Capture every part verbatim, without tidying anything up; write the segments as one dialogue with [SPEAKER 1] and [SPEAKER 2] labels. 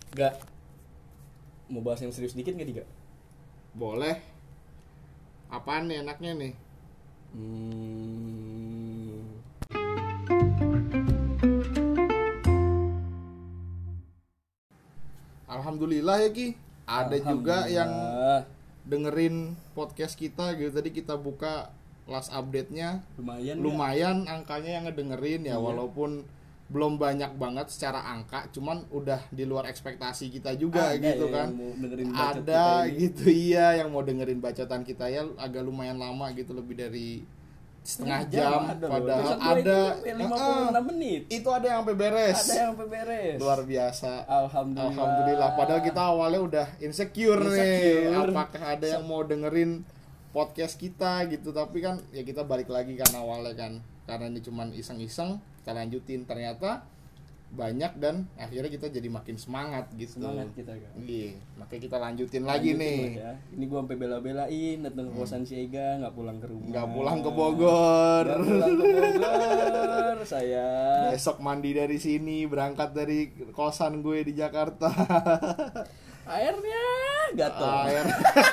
[SPEAKER 1] Gak mau bahas yang serius dikit gak Diga?
[SPEAKER 2] Boleh. Apaan nih enaknya nih?
[SPEAKER 1] Hmm.
[SPEAKER 2] Alhamdulillah ya Ki. Ada juga yang
[SPEAKER 1] Alhamdulillah.
[SPEAKER 2] dengerin podcast kita gitu. Tadi kita buka last update-nya.
[SPEAKER 1] Lumayan gak?
[SPEAKER 2] Lumayan angkanya yang ngedengerin ya,
[SPEAKER 1] Iya.
[SPEAKER 2] walaupun belum banyak banget secara angka, cuman udah di luar ekspektasi kita juga
[SPEAKER 1] Ada
[SPEAKER 2] gitu
[SPEAKER 1] ya
[SPEAKER 2] kan.
[SPEAKER 1] yang mau dengerin bacot
[SPEAKER 2] Ada
[SPEAKER 1] kita ini.
[SPEAKER 2] gitu iya yang mau dengerin bacotan kita ya, agak lumayan lama gitu, lebih dari setengah
[SPEAKER 1] Setengah
[SPEAKER 2] jam,
[SPEAKER 1] ada loh.
[SPEAKER 2] padahal
[SPEAKER 1] Episode dua
[SPEAKER 2] ada
[SPEAKER 1] itu sampai lima puluh enam menit.
[SPEAKER 2] itu ada yang sampai beres.
[SPEAKER 1] Ada yang sampai beres.
[SPEAKER 2] Luar biasa.
[SPEAKER 1] Alhamdulillah.
[SPEAKER 2] Alhamdulillah. Padahal kita awalnya udah insecure, nih.
[SPEAKER 1] Insecure.
[SPEAKER 2] Apakah ada yang mau dengerin podcast kita gitu. Tapi kan ya kita balik lagi kan awalnya kan. Karena ini cuman iseng-iseng, kita lanjutin. Ternyata banyak dan akhirnya kita jadi makin semangat gitu.
[SPEAKER 1] Semangat kita kan.
[SPEAKER 2] Iya, makanya kita lanjutin, lagi
[SPEAKER 1] Lanjutin,
[SPEAKER 2] nih.
[SPEAKER 1] Mas, ya. Ini gua sampai bela-belain datang ke kosan si Ega, nggak pulang ke rumah.
[SPEAKER 2] Nggak pulang ke Bogor.
[SPEAKER 1] Nggak pulang ke Bogor, saya.
[SPEAKER 2] Besok mandi dari sini, berangkat dari kosan gue di Jakarta.
[SPEAKER 1] Airnya gatel.
[SPEAKER 2] Air.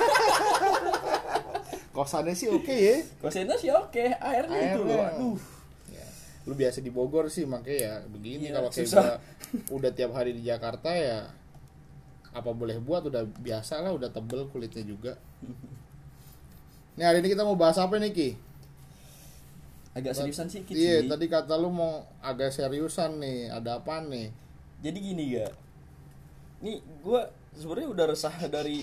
[SPEAKER 2] Kosannya sih oke ya.
[SPEAKER 1] Kosannya sih oke, airnya itu loh.
[SPEAKER 2] Airnya.
[SPEAKER 1] Aduh.
[SPEAKER 2] Ya, lu biasa di Bogor sih, makanya ya begini.
[SPEAKER 1] Iya,
[SPEAKER 2] Kalau kayak
[SPEAKER 1] susah.
[SPEAKER 2] gua udah tiap hari di Jakarta ya apa boleh buat, udah biasa lah, udah tebel kulitnya juga. Nih hari ini kita mau bahas apa nih Ki?
[SPEAKER 1] Agak seriusan sih kita.
[SPEAKER 2] Iya, tadi kata lu mau agak seriusan nih. Ada apa nih?
[SPEAKER 1] Jadi gini ga, nih gue sebenarnya udah resah dari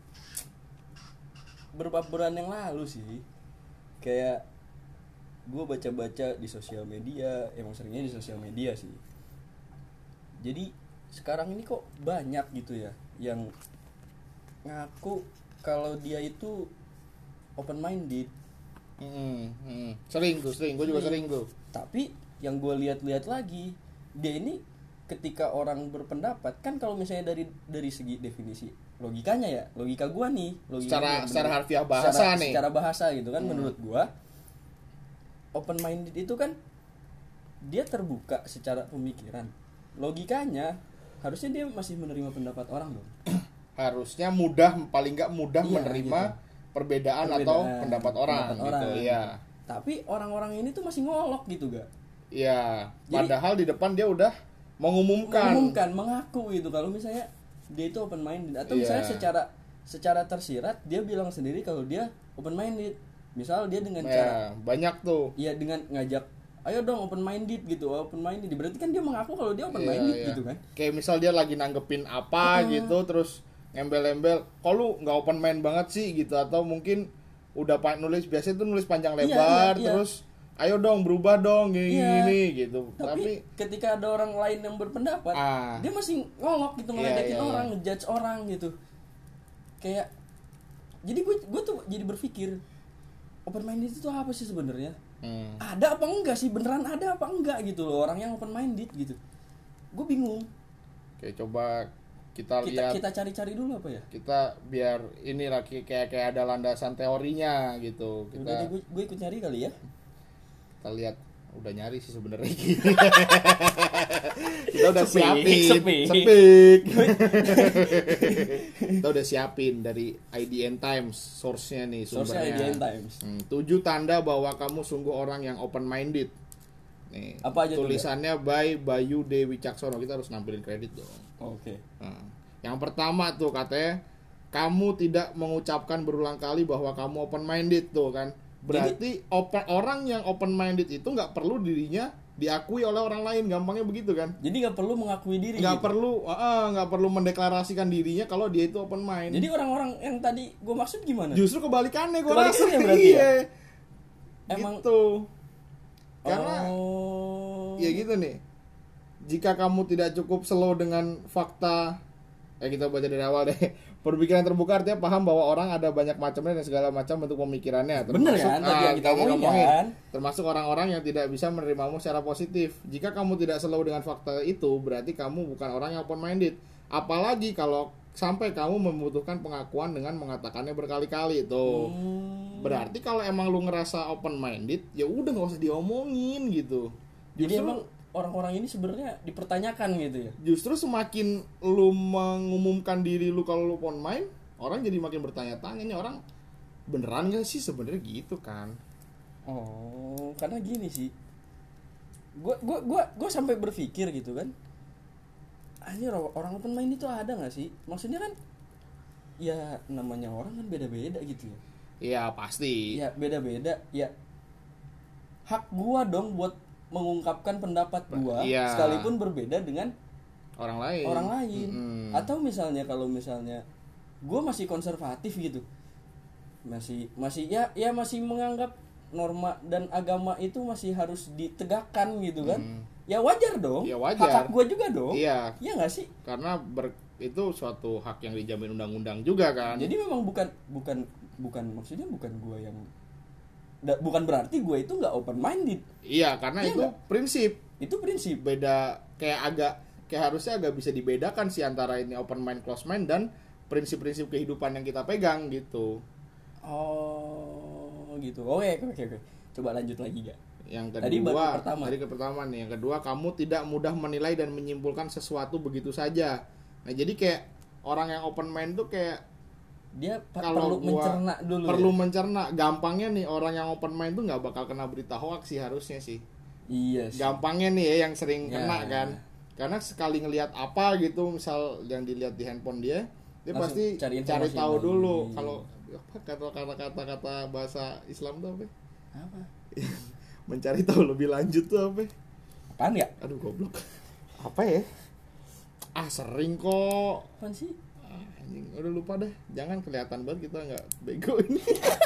[SPEAKER 1] beberapa bulan yang lalu sih. Kayak gue baca-baca di sosial media, emang seringnya di sosial media sih. Jadi sekarang ini kok banyak gitu ya yang ngaku kalau dia itu open minded.
[SPEAKER 2] Hmm, hmm. Sering tuh, sering. Gue juga sering tuh.
[SPEAKER 1] Tapi yang gue lihat-lihat lagi, dia ini ketika orang berpendapat kan, kalau misalnya dari dari segi definisi logikanya ya, logika gue nih, logika
[SPEAKER 2] Secara
[SPEAKER 1] gua,
[SPEAKER 2] secara
[SPEAKER 1] bener-
[SPEAKER 2] harfiah bahasa
[SPEAKER 1] secara,
[SPEAKER 2] nih.
[SPEAKER 1] secara bahasa gitu kan,
[SPEAKER 2] Hmm.
[SPEAKER 1] menurut gue open minded itu kan dia terbuka secara pemikiran. Logikanya harusnya dia masih menerima pendapat orang dong.
[SPEAKER 2] Harusnya mudah, paling nggak mudah
[SPEAKER 1] Iya,
[SPEAKER 2] menerima
[SPEAKER 1] gitu.
[SPEAKER 2] perbedaan,
[SPEAKER 1] Perbedaan,
[SPEAKER 2] atau pendapat orang
[SPEAKER 1] pendapat
[SPEAKER 2] gitu.
[SPEAKER 1] orang.
[SPEAKER 2] Iya.
[SPEAKER 1] Tapi orang-orang ini tuh masih ngolok gitu ga.
[SPEAKER 2] Iya,
[SPEAKER 1] Jadi-
[SPEAKER 2] padahal di depan dia udah mengumumkan.
[SPEAKER 1] mengumumkan, mengaku gitu kalau misalnya dia itu open minded, atau
[SPEAKER 2] Iya.
[SPEAKER 1] misalnya secara secara tersirat dia bilang sendiri kalau dia open minded. Misal dia dengan cara
[SPEAKER 2] Ya, banyak tuh.
[SPEAKER 1] ya dengan ngajak, ayo dong open minded gitu, open minded. Berarti kan dia mengaku kalau dia open minded
[SPEAKER 2] Iya, iya.
[SPEAKER 1] gitu kan.
[SPEAKER 2] Kayak misal dia lagi nanggepin apa
[SPEAKER 1] Uh-uh.
[SPEAKER 2] gitu, terus ngembel-embel, kok lu nggak open mind banget sih gitu, atau mungkin udah pa- nulis, biasanya tuh nulis panjang
[SPEAKER 1] Iya,
[SPEAKER 2] lebar,
[SPEAKER 1] iya, iya.
[SPEAKER 2] terus ayo dong berubah dong gini
[SPEAKER 1] Iya.
[SPEAKER 2] gini gitu.
[SPEAKER 1] Tapi,
[SPEAKER 2] Tapi
[SPEAKER 1] ketika ada orang lain yang berpendapat,
[SPEAKER 2] Ah.
[SPEAKER 1] dia masih ngolok gitu,
[SPEAKER 2] Iya,
[SPEAKER 1] ngeledekin
[SPEAKER 2] iya, iya.
[SPEAKER 1] orang, ngejudge orang gitu. Kayak jadi gue gue tuh jadi berpikir, open minded itu apa sih sebenarnya?
[SPEAKER 2] hmm,
[SPEAKER 1] Ada apa enggak sih, beneran ada apa enggak gitu loh orang yang open minded gitu. Gue bingung.
[SPEAKER 2] kayak coba kita,
[SPEAKER 1] Kita
[SPEAKER 2] lihat
[SPEAKER 1] kita cari-cari dulu apa ya?
[SPEAKER 2] kita biar ini lagi kayak kayak ada landasan teorinya gitu.
[SPEAKER 1] Udah
[SPEAKER 2] Kita
[SPEAKER 1] deh, gue, gue ikut nyari kali ya.
[SPEAKER 2] kita lihat, udah nyari sih sebenarnya. Kita udah
[SPEAKER 1] Sepik,
[SPEAKER 2] siapin
[SPEAKER 1] sepik.
[SPEAKER 2] sepik. Kita udah siapin dari I D N Times source-nya nih,
[SPEAKER 1] Source-nya
[SPEAKER 2] sumbernya.
[SPEAKER 1] I D N Times.
[SPEAKER 2] Hmm, tujuh tanda bahwa kamu sungguh orang yang open minded. Nih,
[SPEAKER 1] Apa aja tuh,
[SPEAKER 2] tulisannya by Bayu Dewi Caksono. Kita harus nampilin kredit dong.
[SPEAKER 1] Oke.
[SPEAKER 2] Nah, yang pertama tuh katanya, kamu tidak mengucapkan berulang kali bahwa kamu open minded tuh kan. Berarti open, orang yang open minded itu nggak perlu dirinya diakui oleh orang lain, gampangnya begitu kan.
[SPEAKER 1] Jadi nggak perlu mengakui diri.
[SPEAKER 2] Nggak
[SPEAKER 1] gitu.
[SPEAKER 2] perlu, ah, nggak perlu mendeklarasikan dirinya kalau dia itu open mind.
[SPEAKER 1] Jadi orang-orang yang tadi gue maksud gimana?
[SPEAKER 2] Justru kebalikannya gue
[SPEAKER 1] Kebalikannya
[SPEAKER 2] rasa.
[SPEAKER 1] berarti ya?
[SPEAKER 2] Iya.
[SPEAKER 1] Emang-
[SPEAKER 2] Gitu. Karena
[SPEAKER 1] oh.
[SPEAKER 2] ya gitu nih. Jika kamu tidak cukup slow dengan fakta, ya kita baca dari awal deh. Perpikiran terbuka artinya paham bahwa orang ada banyak macamnya dan segala macam bentuk pemikirannya.
[SPEAKER 1] Bener kan? Tadi yang kita
[SPEAKER 2] tadi
[SPEAKER 1] omongin
[SPEAKER 2] ngomongin.
[SPEAKER 1] kan?
[SPEAKER 2] Termasuk orang-orang yang tidak bisa menerimamu secara positif. Jika kamu tidak slow dengan fakta itu, berarti kamu bukan orang yang open minded. Apalagi kalau sampai kamu membutuhkan pengakuan dengan mengatakannya berkali-kali tuh.
[SPEAKER 1] Hmm.
[SPEAKER 2] Berarti kalau emang lu ngerasa open minded, ya udah nggak usah diomongin gitu.
[SPEAKER 1] Jadi
[SPEAKER 2] Justru
[SPEAKER 1] emang orang-orang ini sebenarnya dipertanyakan gitu ya.
[SPEAKER 2] Justru semakin lu mengumumkan diri lu kalau lu open mind, orang jadi makin bertanya-tanya, nih orang beneran gak sih sebenarnya gitu kan.
[SPEAKER 1] Oh, karena gini sih. Gua gua gua gua sampai berpikir gitu kan. Anjir, orang open mind itu ada gak sih? Maksudnya kan ya namanya orang kan beda-beda gitu ya.
[SPEAKER 2] Iya, pasti.
[SPEAKER 1] Ya beda-beda. Ya hak gua dong buat mengungkapkan pendapat gua,
[SPEAKER 2] iya.
[SPEAKER 1] sekalipun berbeda dengan
[SPEAKER 2] orang lain.
[SPEAKER 1] Orang lain.
[SPEAKER 2] Mm-hmm.
[SPEAKER 1] Atau misalnya kalau misalnya gua masih konservatif gitu. Masih masih ya ya masih menganggap norma dan agama itu masih harus ditegakkan gitu kan. Mm. Ya wajar dong.
[SPEAKER 2] Ya wajar.
[SPEAKER 1] Hak gua juga dong.
[SPEAKER 2] Iya.
[SPEAKER 1] Iya enggak sih?
[SPEAKER 2] Karena ber, itu suatu hak yang dijamin undang-undang juga kan.
[SPEAKER 1] Jadi memang bukan bukan bukan maksudnya bukan gua yang Da, bukan berarti gue itu nggak open minded.
[SPEAKER 2] Iya, karena
[SPEAKER 1] iya
[SPEAKER 2] itu
[SPEAKER 1] gak?
[SPEAKER 2] prinsip.
[SPEAKER 1] Itu prinsip.
[SPEAKER 2] Beda kayak agak kayak harusnya agak bisa dibedakan sih antara ini open mind, close mind dan prinsip-prinsip kehidupan yang kita pegang gitu.
[SPEAKER 1] Oh, gitu. Oke, oke, oke. Coba lanjut lagi gak?
[SPEAKER 2] Yang kedua,
[SPEAKER 1] tadi baru pertama.
[SPEAKER 2] Tadi ke pertama nih. Yang kedua, kamu tidak mudah menilai dan menyimpulkan sesuatu begitu saja. Nah, jadi kayak orang yang open mind tuh kayak
[SPEAKER 1] dia
[SPEAKER 2] kalau
[SPEAKER 1] perlu mencerna dulu.
[SPEAKER 2] Perlu
[SPEAKER 1] ya?
[SPEAKER 2] mencerna. Gampangnya nih orang yang open mind tuh nggak bakal kena berita hoax sih harusnya sih.
[SPEAKER 1] Iya sih.
[SPEAKER 2] Gampangnya nih ya yang sering
[SPEAKER 1] ya.
[SPEAKER 2] kena kan. Karena sekali ngelihat apa gitu, misal yang dilihat di handphone dia, dia
[SPEAKER 1] langsung
[SPEAKER 2] pasti
[SPEAKER 1] cari,
[SPEAKER 2] cari tahu
[SPEAKER 1] lagi.
[SPEAKER 2] dulu. Kalau apa kata-kata kata bahasa Islam tuh apa?
[SPEAKER 1] Apa?
[SPEAKER 2] Mencari tahu lebih lanjut tuh apa?
[SPEAKER 1] Apaan ya?
[SPEAKER 2] Aduh goblok. Apa ya? Ah sering kok.
[SPEAKER 1] Apaan sih?
[SPEAKER 2] Udah lupa dah, jangan kelihatan banget kita nggak bego ini.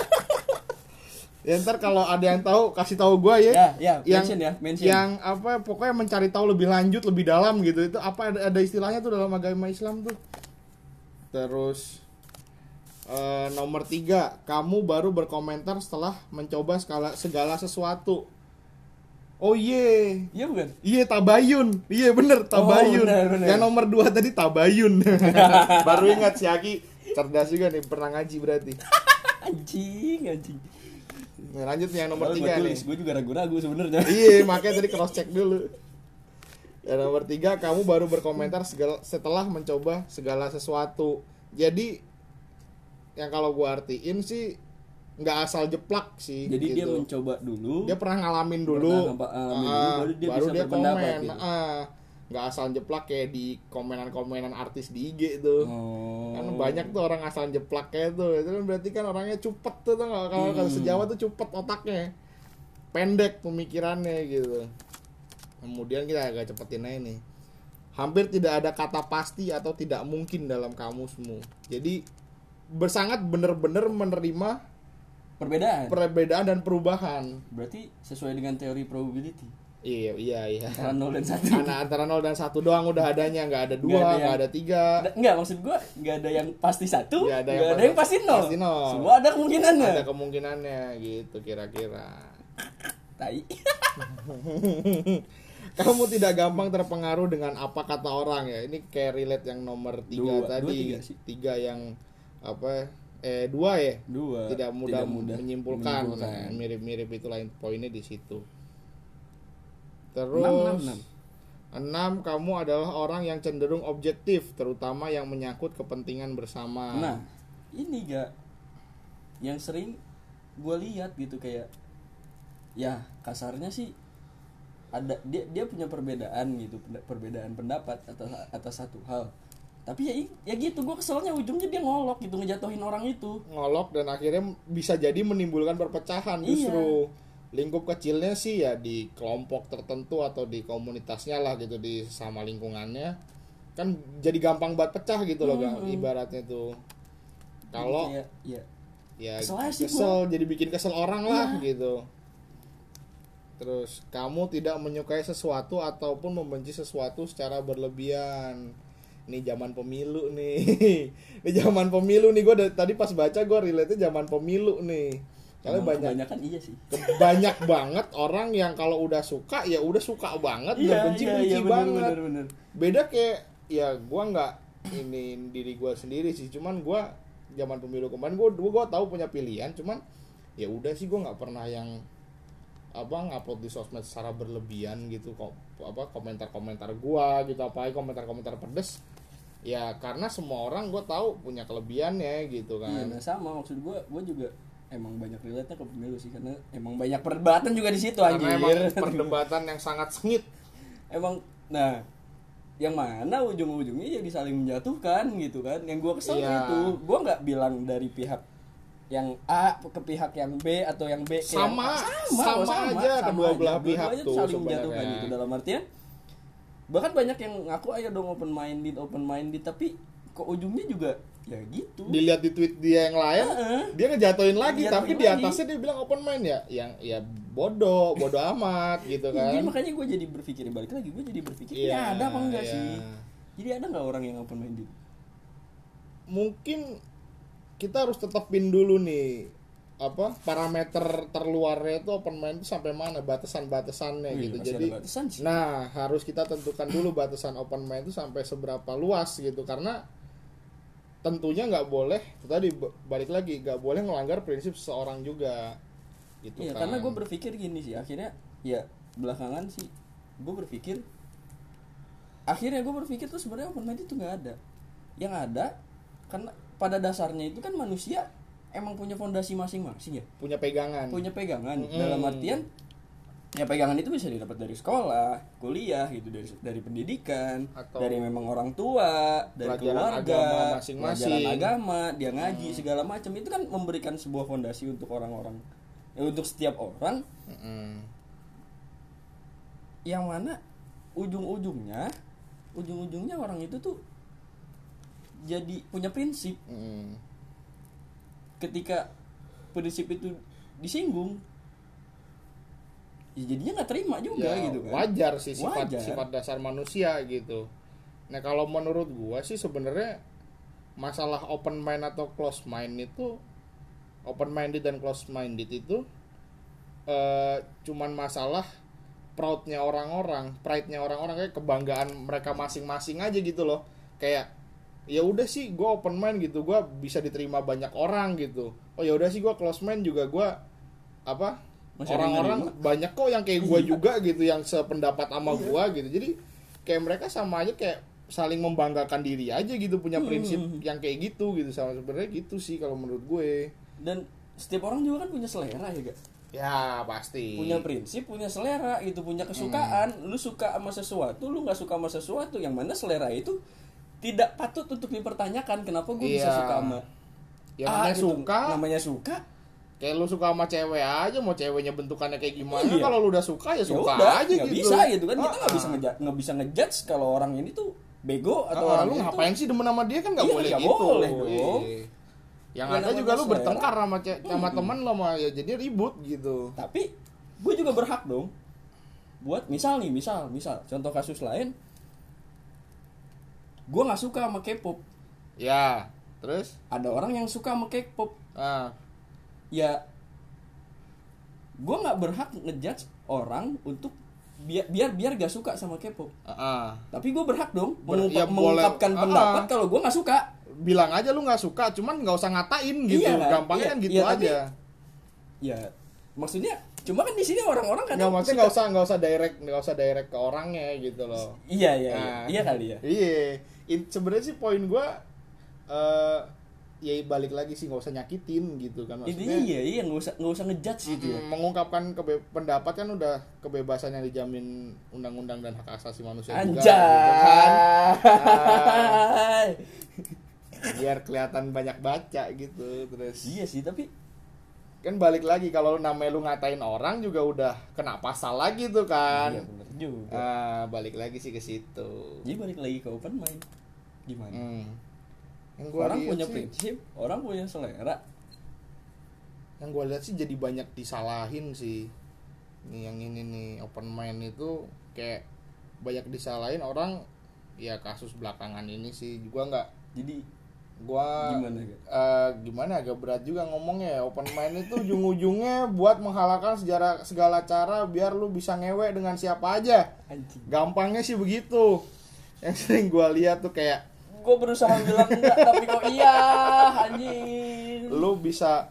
[SPEAKER 2] Ya ntar kalau ada yang tahu kasih tahu gue ya.
[SPEAKER 1] Ya, ya,
[SPEAKER 2] yang
[SPEAKER 1] mention ya, mention.
[SPEAKER 2] Yang apa pokoknya mencari tahu lebih lanjut, lebih dalam gitu. Itu apa ada, ada istilahnya tuh dalam agama Islam tuh. Terus uh, nomor tiga, kamu baru berkomentar setelah mencoba segala segala sesuatu. Oh iya,
[SPEAKER 1] iya bukan?
[SPEAKER 2] Iya tabayun, iya bener tabayun.
[SPEAKER 1] Oh, bener, bener.
[SPEAKER 2] Yang nomor dua tadi tabayun. Baru ingat si Aki cerdas juga nih, pernah ngaji berarti.
[SPEAKER 1] Anjing, anjing.
[SPEAKER 2] Nah, lanjut nih yang nomor
[SPEAKER 1] Lalu
[SPEAKER 2] tiga nih.
[SPEAKER 1] Gue juga ragu-ragu sebenarnya.
[SPEAKER 2] Iya, makanya tadi cross check dulu. Yang nomor tiga, kamu baru berkomentar segala, setelah mencoba segala sesuatu. Jadi yang kalau gue artiin sih nggak asal jeplak sih.
[SPEAKER 1] Jadi
[SPEAKER 2] gitu.
[SPEAKER 1] dia mencoba dulu.
[SPEAKER 2] Dia pernah ngalamin dulu.
[SPEAKER 1] Pernah ngalamin
[SPEAKER 2] uh,
[SPEAKER 1] dulu, baru dia
[SPEAKER 2] baru
[SPEAKER 1] bisa
[SPEAKER 2] dia
[SPEAKER 1] berpendapat
[SPEAKER 2] komen.
[SPEAKER 1] gitu.
[SPEAKER 2] Uh, nggak asal jeplak kayak di komenan-komenan artis di I G tuh.
[SPEAKER 1] Oh.
[SPEAKER 2] Kan banyak tuh orang asal jeplak kayak tuh. Itu kan berarti kan orangnya cepet tuh, tuh kalau hmm. sejawa tuh cepet otaknya. Pendek pemikirannya gitu. Kemudian kita agak cepetin aja nih. Hampir tidak ada kata pasti atau tidak mungkin dalam kamusmu. Jadi bersangat bener-bener menerima
[SPEAKER 1] perbedaan
[SPEAKER 2] perbedaan dan perubahan.
[SPEAKER 1] Berarti sesuai dengan teori probability.
[SPEAKER 2] Iya iya iya.
[SPEAKER 1] Antara nol dan satu.
[SPEAKER 2] Nah, antara nol dan satu doang udah adanya, nggak ada dua, nggak ada, ada tiga.
[SPEAKER 1] Nggak, maksud gua nggak ada yang pasti satu, nggak ada,
[SPEAKER 2] yang,
[SPEAKER 1] ada yang pasti nol.
[SPEAKER 2] pasti nol.
[SPEAKER 1] Semua ada kemungkinannya.
[SPEAKER 2] Ada kemungkinannya gitu kira-kira.
[SPEAKER 1] Tai.
[SPEAKER 2] Kamu tidak gampang terpengaruh dengan apa kata orang ya. Ini kayak relate yang nomor tiga dua, tadi. Dua, tiga, sih. tiga yang apa? Eh dua ya.
[SPEAKER 1] Dua.
[SPEAKER 2] Tidak mudah,
[SPEAKER 1] tidak mudah
[SPEAKER 2] menyimpulkan.
[SPEAKER 1] menyimpulkan.
[SPEAKER 2] Nah, mirip-mirip itu lain poinnya di situ. Terus
[SPEAKER 1] enam, enam, enam.
[SPEAKER 2] enam, kamu adalah orang yang cenderung objektif, terutama yang menyangkut kepentingan bersama.
[SPEAKER 1] Nah, ini gak yang sering gue lihat gitu kayak, ya kasarnya sih ada dia dia punya perbedaan gitu, perbedaan pendapat atas atas satu hal. Tapi ya ya gitu, gue keselnya ujungnya dia ngolok gitu, ngejatuhin orang itu.
[SPEAKER 2] Ngolok dan akhirnya bisa jadi menimbulkan perpecahan justru. Iya. Lingkup kecilnya sih ya di kelompok tertentu atau di komunitasnya lah gitu, di sama lingkungannya kan jadi gampang banget pecah gitu loh, hmm, ibaratnya tuh. Kalau ya,
[SPEAKER 1] ya,
[SPEAKER 2] ya kesel, kesel jadi bikin kesel orang lah ya. Gitu. Terus kamu tidak menyukai sesuatu ataupun membenci sesuatu secara berlebihan. Ini zaman pemilu nih. Ini zaman pemilu nih, gue tadi pas baca gue relate-nya zaman pemilu nih. Kalau banyak
[SPEAKER 1] kebanyakan iya sih.
[SPEAKER 2] Banyak banget orang yang kalau udah suka ya udah suka banget,
[SPEAKER 1] iya,
[SPEAKER 2] dan benci
[SPEAKER 1] iya,
[SPEAKER 2] benci
[SPEAKER 1] iya,
[SPEAKER 2] banget.
[SPEAKER 1] Bener, bener.
[SPEAKER 2] Beda kayak ya gue nggak ini diri gue sendiri sih, cuman gue zaman pemilu kemarin gue gue tahu punya pilihan, cuman ya udah sih gue nggak pernah yang apa ngupload di sosmed secara berlebihan gitu kok, apa komentar-komentar gua gitu, apa komentar-komentar pedes ya, karena semua orang gua tahu punya kelebihannya gitu kan.
[SPEAKER 1] Iya, nah sama maksud gua, gua juga emang banyak relate-nya ke pemilu sih, karena emang banyak perdebatan juga di situ anjir.
[SPEAKER 2] Karena emang perdebatan yang sangat sengit.
[SPEAKER 1] Emang nah yang mana ujung-ujungnya jadi saling menjatuhkan gitu kan. Yang gua kesel
[SPEAKER 2] Iya.
[SPEAKER 1] itu, gua nggak bilang dari pihak yang A ke pihak yang B atau yang B ke
[SPEAKER 2] Sama,
[SPEAKER 1] yang A.
[SPEAKER 2] sama, sama aja kedua belah pihak
[SPEAKER 1] Dua-duanya
[SPEAKER 2] tuh
[SPEAKER 1] saling
[SPEAKER 2] sebenarnya.
[SPEAKER 1] menjatuhkan gitu, dalam artian bahkan banyak yang ngaku ayo dong open minded open minded tapi kok ujungnya juga ya gitu.
[SPEAKER 2] Dilihat di tweet dia yang lain,
[SPEAKER 1] Heeh.
[SPEAKER 2] dia ngejatuhin lagi,
[SPEAKER 1] Ngejatuhin
[SPEAKER 2] tapi di
[SPEAKER 1] lagi.
[SPEAKER 2] atasnya dia bilang open mind ya, yang ya bodoh, bodoh amat gitu kan.
[SPEAKER 1] Jadi makanya gue jadi berpikir balik lagi, gue jadi berpikir
[SPEAKER 2] Iya,
[SPEAKER 1] ya ada apa enggak
[SPEAKER 2] iya.
[SPEAKER 1] sih? Jadi ada nggak orang yang open minded?
[SPEAKER 2] Mungkin kita harus tetepin dulu nih apa parameter terluarnya itu open mind itu sampai mana, batasan-batasannya
[SPEAKER 1] Wih,
[SPEAKER 2] gitu.
[SPEAKER 1] masih
[SPEAKER 2] Jadi
[SPEAKER 1] ada batasan sih.
[SPEAKER 2] nah harus kita tentukan dulu batasan open mind itu sampai seberapa luas gitu, karena tentunya nggak boleh tadi balik lagi nggak boleh melanggar prinsip seseorang juga gitu
[SPEAKER 1] Iya,
[SPEAKER 2] kan.
[SPEAKER 1] karena gue berpikir gini sih, akhirnya ya belakangan sih gue berpikir akhirnya gue berpikir tuh sebenarnya open mind itu nggak ada. Yang ada karena pada dasarnya itu kan manusia emang punya fondasi masing-masing ya,
[SPEAKER 2] punya pegangan
[SPEAKER 1] punya pegangan.
[SPEAKER 2] Mm-mm.
[SPEAKER 1] Dalam artian ya pegangan itu bisa didapat dari sekolah, kuliah gitu, dari dari pendidikan,
[SPEAKER 2] Atau
[SPEAKER 1] dari memang orang tua, dari
[SPEAKER 2] pelajaran
[SPEAKER 1] keluarga,
[SPEAKER 2] agama masing-masing.
[SPEAKER 1] pelajaran agama, dia ngaji segala macam itu kan memberikan sebuah fondasi untuk orang-orang, ya, untuk setiap orang.
[SPEAKER 2] Mm-mm.
[SPEAKER 1] Yang mana ujung-ujungnya ujung-ujungnya orang itu tuh jadi punya prinsip.
[SPEAKER 2] Mm-mm.
[SPEAKER 1] Ketika prinsip itu disinggung ya jadinya nggak terima juga
[SPEAKER 2] Ya,
[SPEAKER 1] gitu kan.
[SPEAKER 2] wajar sih sifat
[SPEAKER 1] Wajar.
[SPEAKER 2] sifat dasar manusia gitu. Nah kalau menurut gua sih sebenarnya masalah open mind atau close mind itu, open minded dan close minded itu eh, cuman masalah proudnya orang-orang, pride-nya orang-orang, kayak kebanggaan mereka masing-masing aja gitu loh. Kayak ya udah sih gue open mind gitu, gue bisa diterima banyak orang gitu. Oh ya udah sih gue close mind juga, gue apa
[SPEAKER 1] Masih ada yang
[SPEAKER 2] orang-orang
[SPEAKER 1] nerima.
[SPEAKER 2] banyak kok yang kayak gue
[SPEAKER 1] Iya.
[SPEAKER 2] juga gitu, yang sependapat sama
[SPEAKER 1] Iya.
[SPEAKER 2] gue gitu. Jadi kayak mereka sama aja kayak saling membanggakan diri aja gitu, punya prinsip
[SPEAKER 1] Hmm.
[SPEAKER 2] yang kayak gitu gitu. Sama sebenarnya gitu sih kalau menurut gue.
[SPEAKER 1] Dan setiap orang juga kan punya selera ya gak?
[SPEAKER 2] Ya pasti.
[SPEAKER 1] Punya prinsip, punya selera itu, punya kesukaan. Lu suka sama sesuatu, lu nggak suka sama sesuatu, yang mana selera itu tidak patut untuk dipertanyakan. Kenapa gue bisa
[SPEAKER 2] Iya.
[SPEAKER 1] suka sama
[SPEAKER 2] yang
[SPEAKER 1] A
[SPEAKER 2] namanya
[SPEAKER 1] gitu.
[SPEAKER 2] suka,
[SPEAKER 1] namanya suka
[SPEAKER 2] kayak lu suka sama cewek aja, mau ceweknya bentukannya kayak gimana,
[SPEAKER 1] Iya.
[SPEAKER 2] kalau lu udah suka ya
[SPEAKER 1] ya
[SPEAKER 2] suka
[SPEAKER 1] udah
[SPEAKER 2] aja
[SPEAKER 1] nggak
[SPEAKER 2] gitu.
[SPEAKER 1] bisa gitu kan. Kita nggak
[SPEAKER 2] Ah,
[SPEAKER 1] bisa ngeja- nggak bisa ngejudge kalau orang ini tuh bego atau
[SPEAKER 2] ah,
[SPEAKER 1] orang
[SPEAKER 2] lu
[SPEAKER 1] itu
[SPEAKER 2] ngapain sih demen sama dia, kan nggak
[SPEAKER 1] Iya,
[SPEAKER 2] boleh
[SPEAKER 1] nggak
[SPEAKER 2] gitu.
[SPEAKER 1] boleh dong.
[SPEAKER 2] Iya. Yang
[SPEAKER 1] Ya,
[SPEAKER 2] ada
[SPEAKER 1] namanya
[SPEAKER 2] juga lu
[SPEAKER 1] selera.
[SPEAKER 2] bertengkar sama ce- sama
[SPEAKER 1] Hmm.
[SPEAKER 2] teman lo, mah ya jadi ribut gitu.
[SPEAKER 1] Tapi gue juga berhak dong buat misal nih, misal misal contoh kasus lain, gue nggak suka sama K-pop,
[SPEAKER 2] Ya, terus
[SPEAKER 1] ada orang yang suka sama K-pop,
[SPEAKER 2] ah
[SPEAKER 1] ya gue nggak berhak ngejudge orang untuk biar biar biar gak suka sama K-pop.
[SPEAKER 2] ah, ah.
[SPEAKER 1] Tapi gue berhak dong
[SPEAKER 2] Ber-
[SPEAKER 1] mengungkap-
[SPEAKER 2] ya boleh.
[SPEAKER 1] mengungkapkan
[SPEAKER 2] Ah,
[SPEAKER 1] pendapat
[SPEAKER 2] ah.
[SPEAKER 1] kalau gue nggak suka.
[SPEAKER 2] bilang aja lu nggak suka, cuman nggak usah ngatain gitu.
[SPEAKER 1] Iya kan?
[SPEAKER 2] Gampangnya
[SPEAKER 1] Iya,
[SPEAKER 2] kan gitu
[SPEAKER 1] iya, tapi-
[SPEAKER 2] aja.
[SPEAKER 1] Ya maksudnya cuma kan di sini orang-orang kan
[SPEAKER 2] Nggak, maksudnya nggak usah nggak usah direct nggak usah direct ke orangnya gitu loh.
[SPEAKER 1] Iya iya iya,
[SPEAKER 2] Nah,
[SPEAKER 1] iya kali ya.
[SPEAKER 2] Iya. In- sebenarnya sih poin gua eh ya balik lagi sih, nggak usah nyakitin gitu kan,
[SPEAKER 1] Intinya
[SPEAKER 2] maksudnya.
[SPEAKER 1] iya iya nggak usah nggak usah ngejudge gitu ya.
[SPEAKER 2] Mm, mengungkapkan kebe- pendapat kan udah kebebasan yang dijamin undang-undang dan hak asasi manusia juga, gitu kan.
[SPEAKER 1] Anjay.
[SPEAKER 2] Biar kelihatan banyak baca gitu. Terus
[SPEAKER 1] Iya sih, tapi
[SPEAKER 2] kan balik lagi, kalau namanya lu ngatain orang juga udah kena pasal lagi tuh kan.
[SPEAKER 1] iya bener juga.
[SPEAKER 2] Ah, balik lagi sih ke situ.
[SPEAKER 1] Jadi balik lagi ke open mind. Gimana?
[SPEAKER 2] Hmm. Yang gua
[SPEAKER 1] Orang
[SPEAKER 2] lihat
[SPEAKER 1] punya
[SPEAKER 2] sih-
[SPEAKER 1] prinsip, orang punya selera.
[SPEAKER 2] yang gue lihat sih jadi banyak disalahin sih. Nih yang ini nih open mind itu kayak banyak disalahin orang. Ya kasus belakangan ini sih gua nggak
[SPEAKER 1] Jadi
[SPEAKER 2] gua
[SPEAKER 1] gimana Gak?
[SPEAKER 2] eh, gimana agak berat juga ngomongnya ya. Open mind itu ujung-ujungnya buat menghalalkan sejarah segala cara biar lu bisa ngewe dengan siapa aja.
[SPEAKER 1] Anjing.
[SPEAKER 2] Gampangnya sih begitu. Yang sering gua lihat tuh kayak
[SPEAKER 1] Gue berusaha bilang enggak tapi kok iya, anjing.
[SPEAKER 2] lu bisa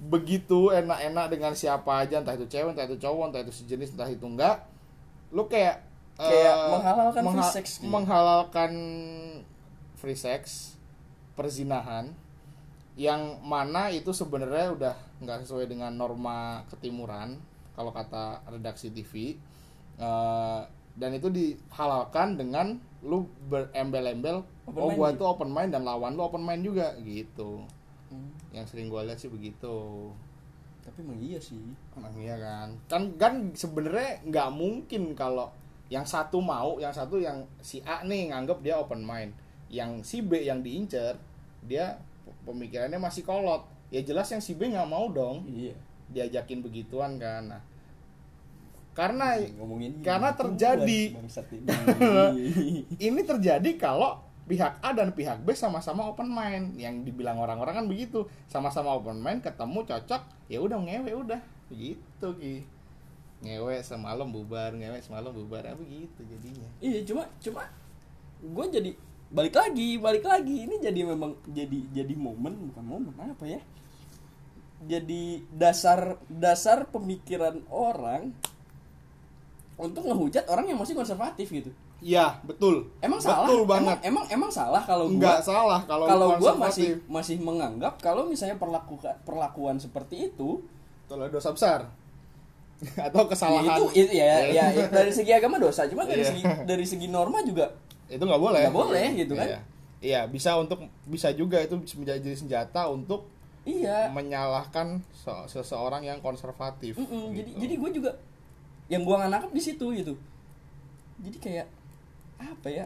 [SPEAKER 2] begitu enak-enak dengan siapa aja, entah itu cewek, entah itu cowok, entah itu sejenis, entah itu enggak, lu kayak
[SPEAKER 1] kayak
[SPEAKER 2] uh,
[SPEAKER 1] menghalalkan
[SPEAKER 2] mengha-
[SPEAKER 1] free sex gitu.
[SPEAKER 2] menghalalkan free sex, perzinahan, yang mana itu sebenarnya udah nggak sesuai dengan norma ketimuran kalau kata redaksi T V, uh, dan itu dihalalkan dengan lu berembel-embel,
[SPEAKER 1] Open
[SPEAKER 2] oh
[SPEAKER 1] mind
[SPEAKER 2] gua
[SPEAKER 1] gitu.
[SPEAKER 2] tuh open mind dan lawan lu open mind juga gitu.
[SPEAKER 1] Hmm.
[SPEAKER 2] Yang sering gua lihat sih begitu.
[SPEAKER 1] Tapi emang iya sih.
[SPEAKER 2] Emang iya kan, kan kan sebenarnya nggak mungkin kalau yang satu mau, yang satu yang si A nih nganggep dia open mind, yang si B yang diincer dia pemikirannya masih kolot, ya jelas yang si B nggak mau dong
[SPEAKER 1] Iya.
[SPEAKER 2] diajakin begituan kan. Nah, karena
[SPEAKER 1] ngomongin
[SPEAKER 2] karena terjadi
[SPEAKER 1] bangsat ini.
[SPEAKER 2] ini terjadi kalau pihak A dan pihak B sama-sama open mind, yang dibilang orang-orang kan begitu, sama-sama open mind, ketemu cocok, ya udah ngewe udah begitu Ki, ngewe semalam bubar, ngewe semalam bubar, apa gitu jadinya.
[SPEAKER 1] Iya, cuma cuma gue jadi balik lagi balik lagi ini jadi memang jadi jadi momen bukan momen apa ya, jadi dasar dasar pemikiran orang untuk ngehujat orang yang masih konservatif gitu.
[SPEAKER 2] Iya betul,
[SPEAKER 1] Emang
[SPEAKER 2] betul
[SPEAKER 1] salah?
[SPEAKER 2] banget.
[SPEAKER 1] Emang emang, emang salah kalau gue
[SPEAKER 2] Nggak salah kalau
[SPEAKER 1] kalau
[SPEAKER 2] lu
[SPEAKER 1] gue masih
[SPEAKER 2] konservatif.
[SPEAKER 1] masih menganggap kalau misalnya perlakuan perlakuan seperti itu
[SPEAKER 2] Itu adalah dosa besar atau
[SPEAKER 1] ya
[SPEAKER 2] kesalahan.
[SPEAKER 1] itu, itu ya, ya, ya dari segi agama dosa, cuma dari
[SPEAKER 2] Iya.
[SPEAKER 1] segi dari segi norma juga
[SPEAKER 2] Itu nggak boleh.
[SPEAKER 1] nggak boleh gitu kan.
[SPEAKER 2] Iya. Iya, bisa untuk bisa juga itu menjadi senjata untuk
[SPEAKER 1] Iya.
[SPEAKER 2] menyalahkan se- seseorang yang konservatif.
[SPEAKER 1] Mm-mm,
[SPEAKER 2] gitu.
[SPEAKER 1] jadi jadi gue juga yang gue nggak nangkep di situ gitu. Jadi kayak apa ya?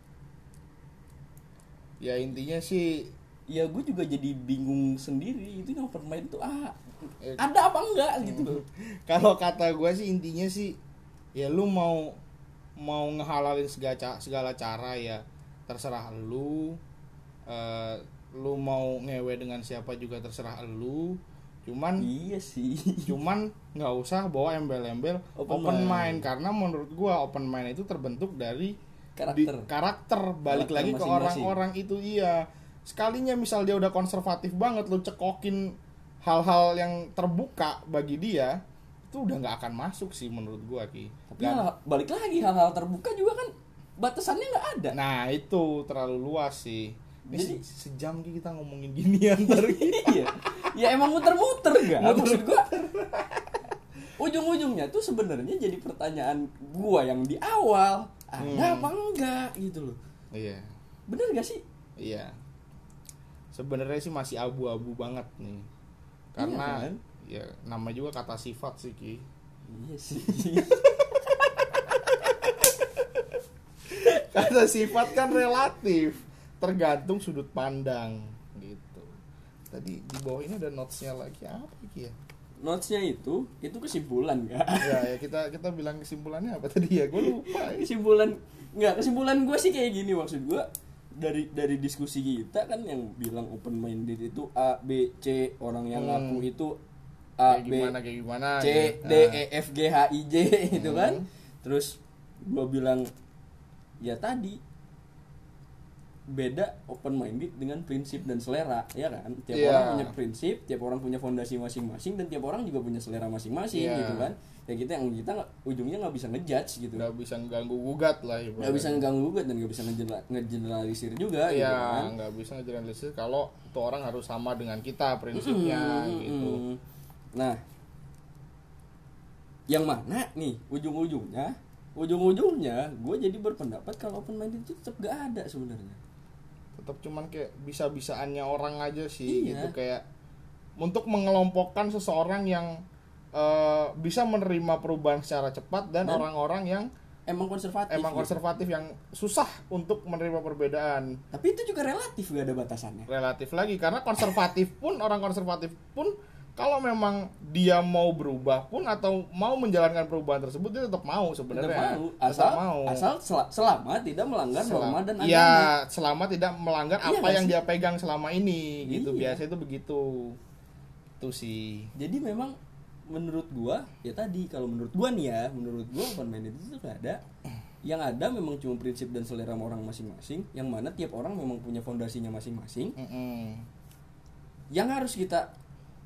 [SPEAKER 2] Ya intinya sih
[SPEAKER 1] Ya gue juga jadi bingung sendiri itu yang open mind tuh ah
[SPEAKER 2] Eh.
[SPEAKER 1] ada apa enggak gitu loh.
[SPEAKER 2] kalau kata gue sih intinya sih ya lu mau mau ngehalalin segala ca- segala cara ya terserah lu. Eh, lu mau ngewe dengan siapa juga terserah lu. Cuman
[SPEAKER 1] Iya sih.
[SPEAKER 2] cuman nggak usah bawa embel-embel
[SPEAKER 1] Open
[SPEAKER 2] open, mind.
[SPEAKER 1] mind.
[SPEAKER 2] Karena menurut gua open mind itu terbentuk dari
[SPEAKER 1] Karakter.
[SPEAKER 2] di- karakter balik
[SPEAKER 1] Karakter
[SPEAKER 2] lagi ke
[SPEAKER 1] masing-masing.
[SPEAKER 2] orang-orang itu. Iya, sekalinya misal dia udah konservatif banget, lu cekokin hal-hal yang terbuka bagi dia, itu udah nggak akan masuk sih menurut gua Ki.
[SPEAKER 1] Tapi
[SPEAKER 2] Dan-
[SPEAKER 1] hal- balik lagi hal-hal terbuka juga kan batasannya nggak ada.
[SPEAKER 2] nah itu terlalu luas sih. Ini
[SPEAKER 1] Jadi-
[SPEAKER 2] se- sejam Ki kita ngomongin ginian ntar.
[SPEAKER 1] Iya. Ya emang muter-muter enggak? Maksud gua ujung-ujungnya tuh sebenarnya jadi pertanyaan gua yang di awal, ada
[SPEAKER 2] Hmm.
[SPEAKER 1] apa enggak gitu loh.
[SPEAKER 2] Iya.
[SPEAKER 1] Bener gak sih?
[SPEAKER 2] Iya. Sebenarnya sih masih abu-abu banget nih. Karena
[SPEAKER 1] Iya kan?
[SPEAKER 2] ya nama juga kata sifat sih Ki.
[SPEAKER 1] Iya sih.
[SPEAKER 2] Kata sifat kan relatif, tergantung sudut pandang gitu. Tadi di bawah ini ada notes-nya lagi apa Ki ya?
[SPEAKER 1] Notesnya itu itu kesimpulan enggak?
[SPEAKER 2] Ya, ya kita kita bilang kesimpulannya apa tadi ya? Gue lupa. Ya.
[SPEAKER 1] Kesimpulan enggak, kesimpulan gue sih kayak gini, maksud gue dari dari diskusi kita kan yang bilang open minded itu A B C, orang yang
[SPEAKER 2] Hmm.
[SPEAKER 1] ngaku itu A
[SPEAKER 2] Kayak
[SPEAKER 1] B
[SPEAKER 2] gimana kayak gimana
[SPEAKER 1] C
[SPEAKER 2] gitu.
[SPEAKER 1] D
[SPEAKER 2] Nah.
[SPEAKER 1] E F G H I J gitu kan.
[SPEAKER 2] Hmm.
[SPEAKER 1] Terus gue bilang ya tadi beda open minded dengan prinsip dan selera, ya kan? Tiap
[SPEAKER 2] Iya.
[SPEAKER 1] orang punya prinsip, tiap orang punya fondasi masing-masing, dan tiap orang juga punya selera masing-masing
[SPEAKER 2] Iya.
[SPEAKER 1] gitu kan. Ya kita yang kita nggak- ujungnya nggak bisa ngejudge gitu.
[SPEAKER 2] Nggak bisa ganggu gugat lah ibaratnya.
[SPEAKER 1] Nggak bisa ngeganggu gugat dan nggak bisa ngejela- ngegeneralisir juga gitu
[SPEAKER 2] Iya,
[SPEAKER 1] kan.
[SPEAKER 2] nggak bisa ngejelaskan kalau tuh orang harus sama dengan kita prinsipnya
[SPEAKER 1] Mm-mm,
[SPEAKER 2] gitu.
[SPEAKER 1] mm-mm. Nah, yang mana nih ujung-ujungnya? Ujung-ujungnya gue jadi berpendapat kalau open minded itu tetap gak ada sebenarnya.
[SPEAKER 2] Tetap cuman kayak bisa-bisaannya orang aja sih
[SPEAKER 1] Iya.
[SPEAKER 2] gitu, kayak untuk mengelompokkan seseorang yang eh, bisa menerima perubahan secara cepat dan,
[SPEAKER 1] Dan
[SPEAKER 2] orang-orang yang
[SPEAKER 1] Emang konservatif.
[SPEAKER 2] emang
[SPEAKER 1] gitu.
[SPEAKER 2] konservatif yang susah untuk menerima perbedaan.
[SPEAKER 1] Tapi itu juga relatif, gak ada batasannya.
[SPEAKER 2] Relatif lagi karena konservatif pun orang konservatif pun kalau memang dia mau berubah pun atau mau menjalankan perubahan tersebut dia tetap mau
[SPEAKER 1] Tetap
[SPEAKER 2] sebenarnya.
[SPEAKER 1] mau,
[SPEAKER 2] Tetap
[SPEAKER 1] asal
[SPEAKER 2] mau.
[SPEAKER 1] asal sel- selama tidak melanggar norma dan agama.
[SPEAKER 2] Iya, selama tidak melanggar
[SPEAKER 1] Iya
[SPEAKER 2] apa
[SPEAKER 1] nggak
[SPEAKER 2] yang
[SPEAKER 1] sih?
[SPEAKER 2] dia pegang selama ini gitu.
[SPEAKER 1] Iya.
[SPEAKER 2] Biasa itu begitu. Itu sih.
[SPEAKER 1] Jadi memang menurut gua ya tadi kalau menurut gua nih ya, menurut gua open minded itu gak ada. Yang ada memang cuma prinsip dan selera orang masing-masing, yang mana tiap orang memang punya fondasinya masing-masing.
[SPEAKER 2] Mm-mm.
[SPEAKER 1] Yang harus kita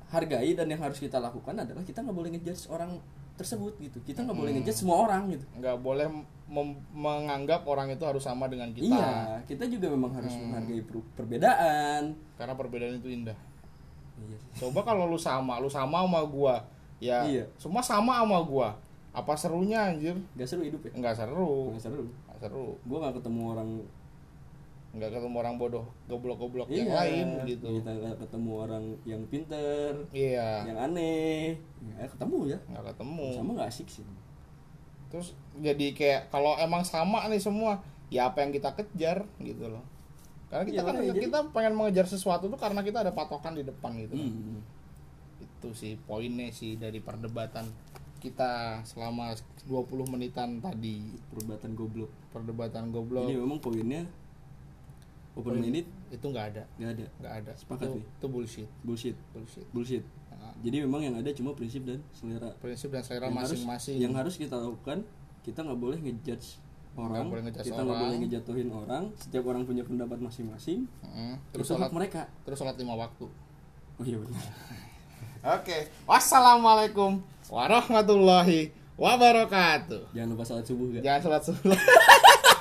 [SPEAKER 1] hargai dan yang harus kita lakukan adalah kita nggak boleh ngejudge orang tersebut gitu. Kita nggak hmm. boleh ngejudge semua orang gitu.
[SPEAKER 2] Nggak boleh mem- menganggap orang itu harus sama dengan kita.
[SPEAKER 1] Iya, kita juga memang harus hmm. menghargai per- perbedaan.
[SPEAKER 2] Karena perbedaan itu indah.
[SPEAKER 1] Iya.
[SPEAKER 2] Coba kalau lu sama, lu sama sama gua, ya iya. semua sama sama gua. Apa serunya anjir?
[SPEAKER 1] Gak seru hidup ya?
[SPEAKER 2] Nggak seru.
[SPEAKER 1] Nggak seru.
[SPEAKER 2] Nggak seru.
[SPEAKER 1] Gua nggak ketemu orang
[SPEAKER 2] nggak ketemu orang bodoh goblok-goblok
[SPEAKER 1] iya,
[SPEAKER 2] yang lain gitu.
[SPEAKER 1] Kita nggak ketemu orang yang pinter,
[SPEAKER 2] iya,
[SPEAKER 1] yang aneh, ya ketemu ya,
[SPEAKER 2] nggak ketemu,
[SPEAKER 1] sama nggak asik sih.
[SPEAKER 2] Terus jadi kayak kalau emang sama nih semua, ya apa yang kita kejar gitu loh. Karena kita iya, kan ya, kita jadi... pengen mengejar sesuatu tuh karena kita ada patokan di depan gitu. Hmm. Itu sih poinnya sih dari perdebatan kita selama dua puluh menitan tadi.
[SPEAKER 1] Perdebatan goblok.
[SPEAKER 2] Perdebatan goblok.
[SPEAKER 1] Ini memang poinnya open minded
[SPEAKER 2] itu nggak ada,
[SPEAKER 1] nggak ada,
[SPEAKER 2] nggak ada.
[SPEAKER 1] Sepakat
[SPEAKER 2] itu,
[SPEAKER 1] nih.
[SPEAKER 2] Itu bullshit,
[SPEAKER 1] bullshit,
[SPEAKER 2] bullshit,
[SPEAKER 1] bullshit. Nah. Jadi memang yang ada cuma prinsip dan selera.
[SPEAKER 2] Prinsip dan selera
[SPEAKER 1] yang
[SPEAKER 2] masing-masing.
[SPEAKER 1] Harus, yang harus kita lakukan, kita nggak boleh ngejudge orang,
[SPEAKER 2] boleh ngejudge
[SPEAKER 1] kita
[SPEAKER 2] nggak
[SPEAKER 1] boleh ngejatuhin orang. Setiap orang punya pendapat masing-masing.
[SPEAKER 2] Mm-hmm. Terus
[SPEAKER 1] sholat mereka.
[SPEAKER 2] Terus sholat lima waktu.
[SPEAKER 1] Oh iya benar.
[SPEAKER 2] Oke, wassalamualaikum warahmatullahi wabarakatuh.
[SPEAKER 1] Jangan lupa sholat subuh gak?
[SPEAKER 2] Jangan sholat subuh.